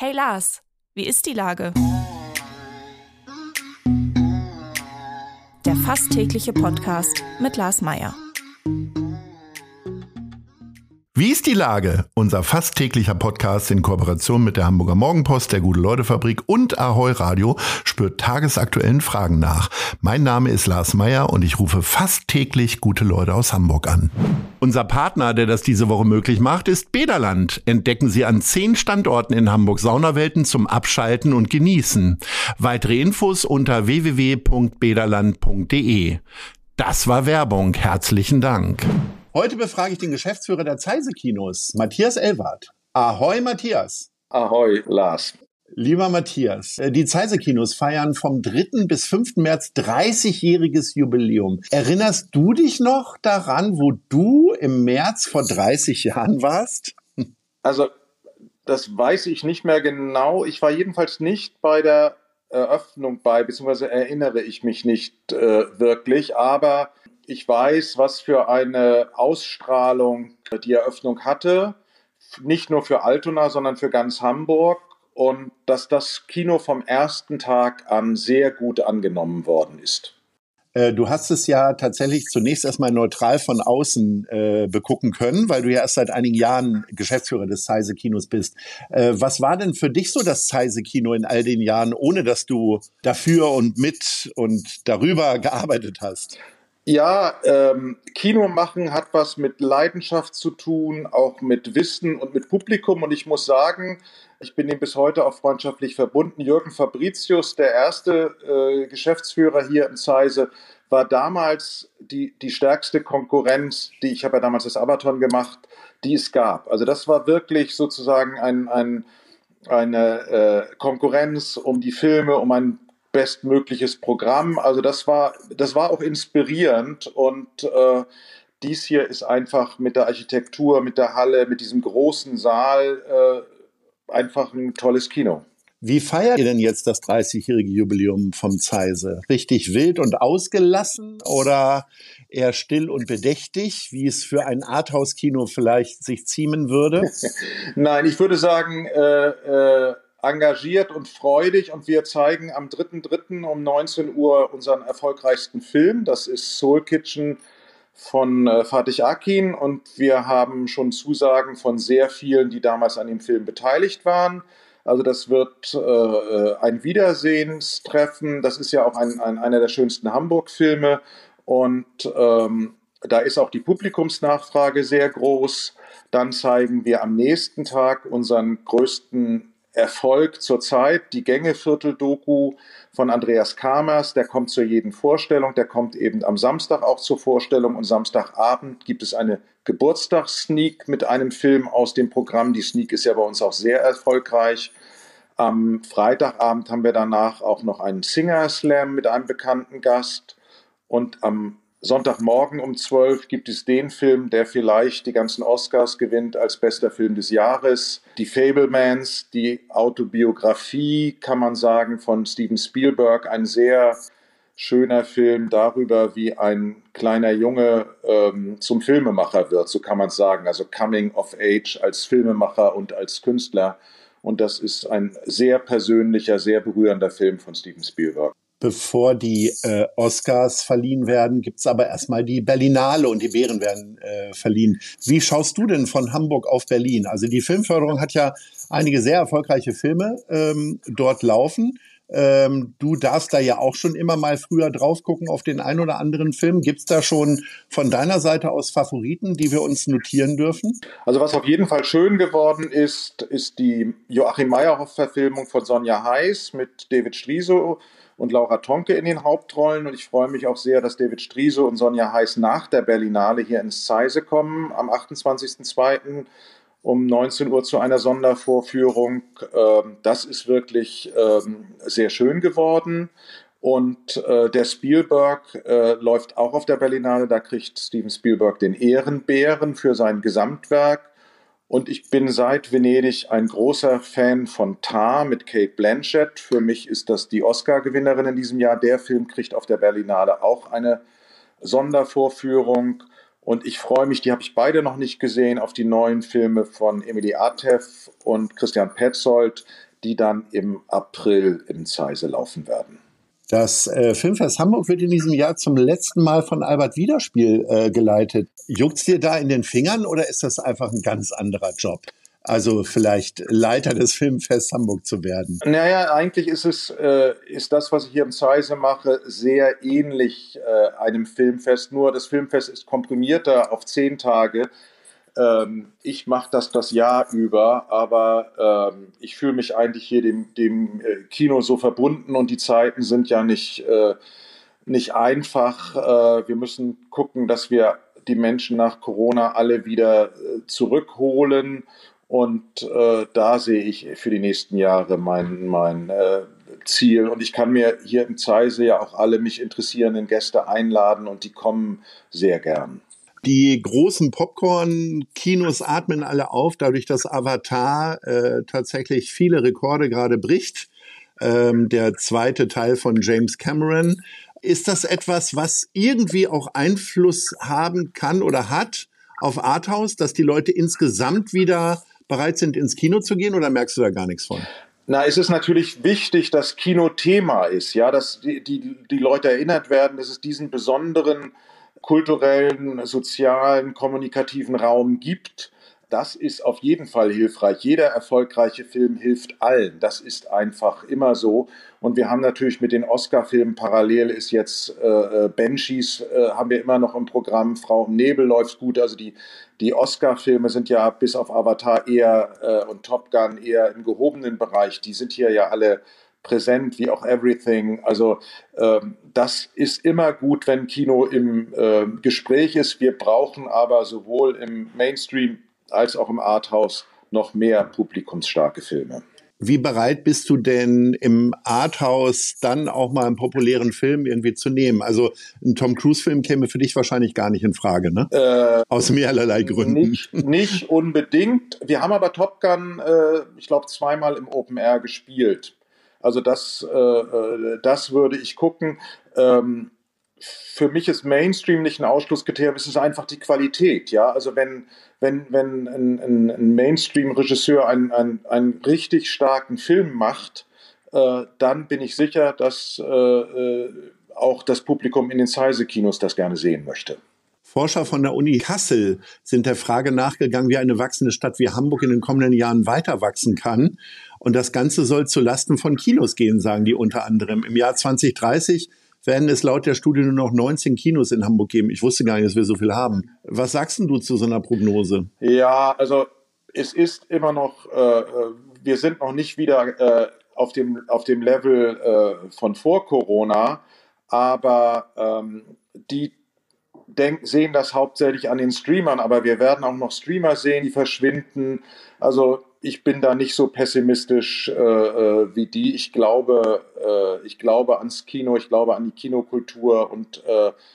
Hey Lars, wie ist die Lage? Der fast tägliche Podcast mit Lars Meyer. Wie ist die Lage? Unser fast täglicher Podcast in Kooperation mit der Hamburger Morgenpost, der Gute-Leute-Fabrik und Ahoi Radio spürt tagesaktuellen Fragen nach. Mein Name ist Lars Meyer und ich rufe fast täglich gute Leute aus Hamburg an. Unser Partner, der das diese Woche möglich macht, ist Bäderland. Entdecken Sie an 10 Standorten in Hamburg Saunawelten zum Abschalten und Genießen. Weitere Infos unter www.bäderland.de. Das war Werbung. Herzlichen Dank. Heute befrage ich den Geschäftsführer der Zeise-Kinos, Matthias Elwart. Ahoi, Matthias. Ahoi, Lars. Lieber Matthias, die Zeise-Kinos feiern vom 3. bis 5. März 30-jähriges Jubiläum. Erinnerst du dich noch daran, wo du im März vor 30 Jahren warst? Also, das weiß ich nicht mehr genau. Ich war jedenfalls nicht bei der Eröffnung bei, beziehungsweise erinnere ich mich nicht wirklich, aber ich weiß, was für eine Ausstrahlung die Eröffnung hatte, nicht nur für Altona, sondern für ganz Hamburg, und dass das Kino vom ersten Tag an sehr gut angenommen worden ist. Du hast es ja tatsächlich zunächst erstmal neutral von außen begucken können, weil du ja erst seit einigen Jahren Geschäftsführer des Zeise-Kinos bist. Was war denn für dich so das Zeise-Kino in all den Jahren, ohne dass du dafür und mit und darüber gearbeitet hast? Ja, Kino machen hat was mit Leidenschaft zu tun, auch mit Wissen und mit Publikum. Und ich muss sagen, ich bin ihm bis heute auch freundschaftlich verbunden. Jürgen Fabricius, der erste Geschäftsführer hier in Zeise, war damals die stärkste Konkurrenz, ich habe ja damals das Abaton gemacht, die es gab. Also das war wirklich sozusagen eine Konkurrenz um die Filme, um ein bestmögliches Programm. Also das war auch inspirierend, und dies hier ist einfach mit der Architektur, mit der Halle, mit diesem großen Saal einfach ein tolles Kino. Wie feiert ihr denn jetzt das 30-jährige Jubiläum vom Zeise? Richtig wild und ausgelassen oder eher still und bedächtig, wie es für ein Arthouse-Kino vielleicht sich ziemen würde? Nein, ich würde sagen, engagiert und freudig, und wir zeigen am 3.3. um 19 Uhr unseren erfolgreichsten Film. Das ist Soul Kitchen von Fatih Akin, und wir haben schon Zusagen von sehr vielen, die damals an dem Film beteiligt waren. Also das wird ein Wiedersehenstreffen. Das ist ja auch einer der schönsten Hamburg-Filme, und da ist auch die Publikumsnachfrage sehr groß. Dann zeigen wir am nächsten Tag unseren größten Erfolg zurzeit, die Gängeviertel-Doku von Andreas Kamers. Der kommt zu jeden Vorstellung, der kommt eben am Samstag auch zur Vorstellung, und Samstagabend gibt es eine Geburtstagssneak mit einem Film aus dem Programm. Die Sneak ist ja bei uns auch sehr erfolgreich. Am Freitagabend haben wir danach auch noch einen Singer-Slam mit einem bekannten Gast, und am Sonntagmorgen um 12 gibt es den Film, der vielleicht die ganzen Oscars gewinnt als bester Film des Jahres. Die Fabelmans, die Autobiografie, kann man sagen, von Steven Spielberg. Ein sehr schöner Film darüber, wie ein kleiner Junge zum Filmemacher wird, so kann man sagen. Also Coming of Age als Filmemacher und als Künstler. Und das ist ein sehr persönlicher, sehr berührender Film von Steven Spielberg. Bevor die Oscars verliehen werden, gibt's aber erstmal die Berlinale, und die Bären werden verliehen. Wie schaust du denn von Hamburg auf Berlin? Also die Filmförderung hat ja einige sehr erfolgreiche Filme dort laufen. Du darfst da ja auch schon immer mal früher drauf gucken auf den ein oder anderen Film. Gibt's da schon von deiner Seite aus Favoriten, die wir uns notieren dürfen? Also was auf jeden Fall schön geworden ist die Joachim Meyerhoff-Verfilmung von Sonja Heiß mit David Striso und Laura Tonke in den Hauptrollen. Und ich freue mich auch sehr, dass David Striso und Sonja Heiß nach der Berlinale hier ins Zeise kommen am 28.02. um 19 Uhr zu einer Sondervorführung. Das ist wirklich sehr schön geworden. Und der Spielberg läuft auch auf der Berlinale. Da kriegt Steven Spielberg den Ehrenbären für sein Gesamtwerk. Und ich bin seit Venedig ein großer Fan von Tar mit Cate Blanchett. Für mich ist das die Oscar-Gewinnerin in diesem Jahr. Der Film kriegt auf der Berlinale auch eine Sondervorführung. Und ich freue mich, die habe ich beide noch nicht gesehen, auf die neuen Filme von Emily Artef und Christian Petzold. die dann im April im Zeise laufen werden. Das Filmfest Hamburg wird in diesem Jahr zum letzten Mal von Albert Wiederspiel geleitet. Juckt's dir da in den Fingern oder ist das einfach ein ganz anderer Job? Also vielleicht Leiter des Filmfests Hamburg zu werden. Naja, eigentlich ist das, was ich hier im Zeise mache, sehr ähnlich einem Filmfest. Nur das Filmfest ist komprimierter auf 10 Tage. Ich mache das Jahr über, aber ich fühle mich eigentlich hier dem Kino so verbunden und die Zeiten sind ja nicht einfach. Wir müssen gucken, dass wir die Menschen nach Corona alle wieder zurückholen und da sehe ich für die nächsten Jahre mein Ziel. Und ich kann mir hier im Zeise ja auch alle mich interessierenden Gäste einladen und die kommen sehr gern. Die großen Popcorn-Kinos atmen alle auf, dadurch, dass Avatar tatsächlich viele Rekorde gerade bricht. Der zweite Teil von James Cameron. Ist das etwas, was irgendwie auch Einfluss haben kann oder hat auf Arthouse, dass die Leute insgesamt wieder bereit sind, ins Kino zu gehen, oder merkst du da gar nichts von? Na, es ist natürlich wichtig, dass Kino Thema ist, ja, dass die Leute erinnert werden, dass es diesen besonderen kulturellen, sozialen, kommunikativen Raum gibt. Das ist auf jeden Fall hilfreich. Jeder erfolgreiche Film hilft allen. Das ist einfach immer so. Und wir haben natürlich mit den Oscar-Filmen parallel ist jetzt Banshees haben wir immer noch im Programm. Frau im Nebel läuft gut. Also die Oscar-Filme sind ja bis auf Avatar eher und Top Gun eher im gehobenen Bereich. Die sind hier ja alle präsent, wie auch Everything. Also das ist immer gut, wenn Kino im Gespräch ist. Wir brauchen aber sowohl im Mainstream als auch im Arthouse noch mehr publikumsstarke Filme. Wie bereit bist du denn im Arthouse dann auch mal einen populären Film irgendwie zu nehmen? Also ein Tom Cruise-Film käme für dich wahrscheinlich gar nicht in Frage, ne? Aus mehrerlei Gründen. Nicht unbedingt. Wir haben aber Top Gun, ich glaube, 2-mal im Open Air gespielt. Also das würde ich gucken. Für mich ist Mainstream nicht ein Ausschlusskriterium, es ist einfach die Qualität. Ja? Also wenn ein Mainstream-Regisseur einen richtig starken Film macht, dann bin ich sicher, dass auch das Publikum in den Zeise-Kinos das gerne sehen möchte. Forscher von der Uni Kassel sind der Frage nachgegangen, wie eine wachsende Stadt wie Hamburg in den kommenden Jahren weiter wachsen kann. Und das Ganze soll zu Lasten von Kinos gehen, sagen die unter anderem. Im Jahr 2030 werden es laut der Studie nur noch 19 Kinos in Hamburg geben. Ich wusste gar nicht, dass wir so viel haben. Was sagst denn du zu so einer Prognose? Ja, also es ist immer noch, wir sind noch nicht wieder auf dem Level von vor Corona, aber die sehen das hauptsächlich an den Streamern, aber wir werden auch noch Streamer sehen, die verschwinden. Also ich bin da nicht so pessimistisch wie die. Ich glaube ans Kino, ich glaube an die Kinokultur und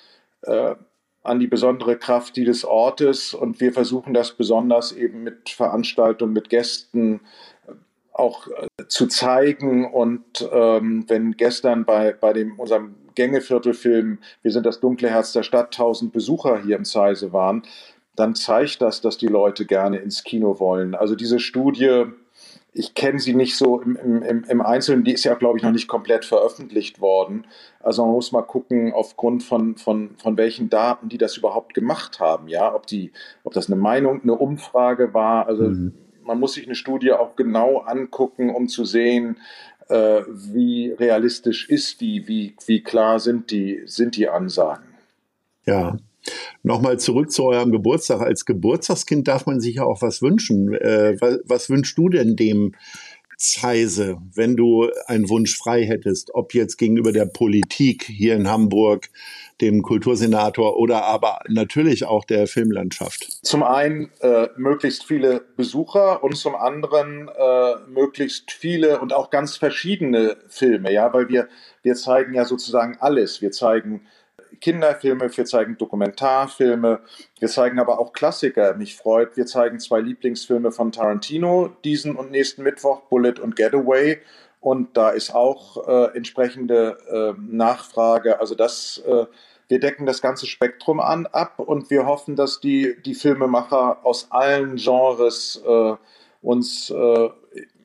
an die besondere Kraft dieses Ortes. Und wir versuchen das besonders eben mit Veranstaltungen, mit Gästen auch zu zeigen. Und wenn gestern bei unserem Gängeviertelfilm Wir sind das dunkle Herz der Stadt 1000 Besucher hier im Zeise waren, dann zeigt das, dass die Leute gerne ins Kino wollen. Also diese Studie, ich kenne sie nicht so im Einzelnen, die ist ja, glaube ich, noch nicht komplett veröffentlicht worden. Also man muss mal gucken, aufgrund von welchen Daten die das überhaupt gemacht haben. Ja, ob das eine Umfrage war. Also man muss sich eine Studie auch genau angucken, um zu sehen, wie realistisch ist die, wie klar sind die Ansagen. Ja. Nochmal zurück zu eurem Geburtstag. Als Geburtstagskind darf man sich ja auch was wünschen. Was wünschst du denn dem Zeise, wenn du einen Wunsch frei hättest? Ob jetzt gegenüber der Politik hier in Hamburg, dem Kultursenator oder aber natürlich auch der Filmlandschaft? Zum einen möglichst viele Besucher und zum anderen möglichst viele und auch ganz verschiedene Filme. Ja, weil wir zeigen ja sozusagen alles. Wir zeigen Kinderfilme, wir zeigen Dokumentarfilme, wir zeigen aber auch Klassiker. Mich freut, wir zeigen 2 Lieblingsfilme von Tarantino, diesen und nächsten Mittwoch, Bullet und Getaway. Und da ist auch entsprechende Nachfrage. Also wir decken das ganze Spektrum ab und wir hoffen, dass die Filmemacher aus allen Genres uns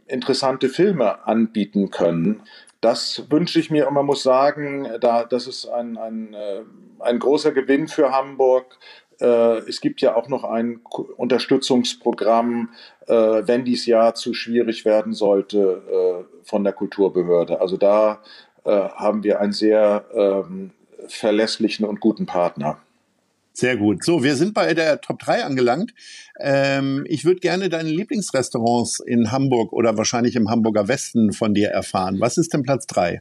interessante Filme anbieten können. Das wünsche ich mir und man muss sagen, das ist ein großer Gewinn für Hamburg. Es gibt ja auch noch ein Unterstützungsprogramm, wenn dies Jahr zu schwierig werden sollte von der Kulturbehörde. Also da haben wir einen sehr verlässlichen und guten Partner. Sehr gut. So, wir sind bei der Top 3 angelangt. Ich würde gerne deine Lieblingsrestaurants in Hamburg oder wahrscheinlich im Hamburger Westen von dir erfahren. Was ist denn Platz 3?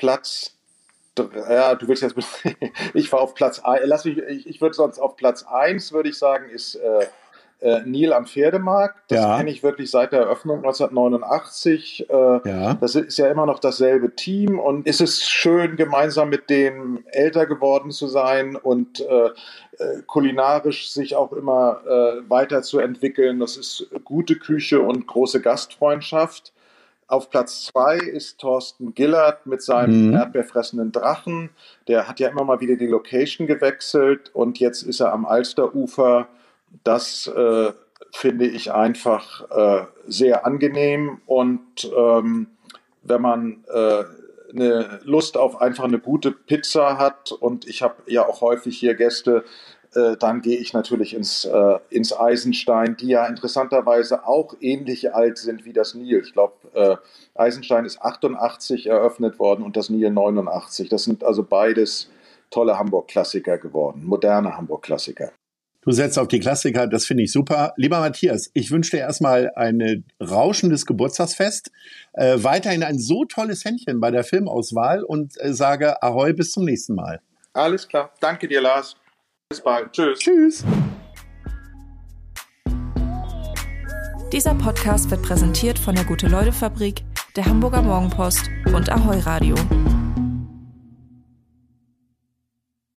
Ja, du willst jetzt, ich war auf Platz 1, ich würde sonst auf Platz 1, würde ich sagen, ist Nil am Pferdemarkt. Das kenne ich wirklich seit der Eröffnung 1989. Das ist ja immer noch dasselbe Team und es ist schön, gemeinsam mit denen älter geworden zu sein und kulinarisch sich auch immer weiterzuentwickeln. Das ist gute Küche und große Gastfreundschaft. Auf Platz 2 ist Thorsten Gillert mit seinem erdbeerfressenden Drachen. Der hat ja immer mal wieder die Location gewechselt und jetzt ist er am Alsterufer. Das finde ich einfach sehr angenehm und wenn man eine Lust auf einfach eine gute Pizza hat und ich habe ja auch häufig hier Gäste, dann gehe ich natürlich ins Eisenstein, die ja interessanterweise auch ähnlich alt sind wie das Nil. Ich glaube, Eisenstein ist 88 eröffnet worden und das Nil 89. Das sind also beides tolle Hamburg-Klassiker geworden, moderne Hamburg-Klassiker. Du setzt auf die Klassiker, das finde ich super. Lieber Matthias, ich wünsche dir erstmal ein rauschendes Geburtstagsfest, weiterhin ein so tolles Händchen bei der Filmauswahl und sage Ahoi, bis zum nächsten Mal. Alles klar, danke dir, Lars. Bis bald, tschüss. Tschüss. Dieser Podcast wird präsentiert von der Gute-Leute-Fabrik, der Hamburger Morgenpost und Ahoi Radio.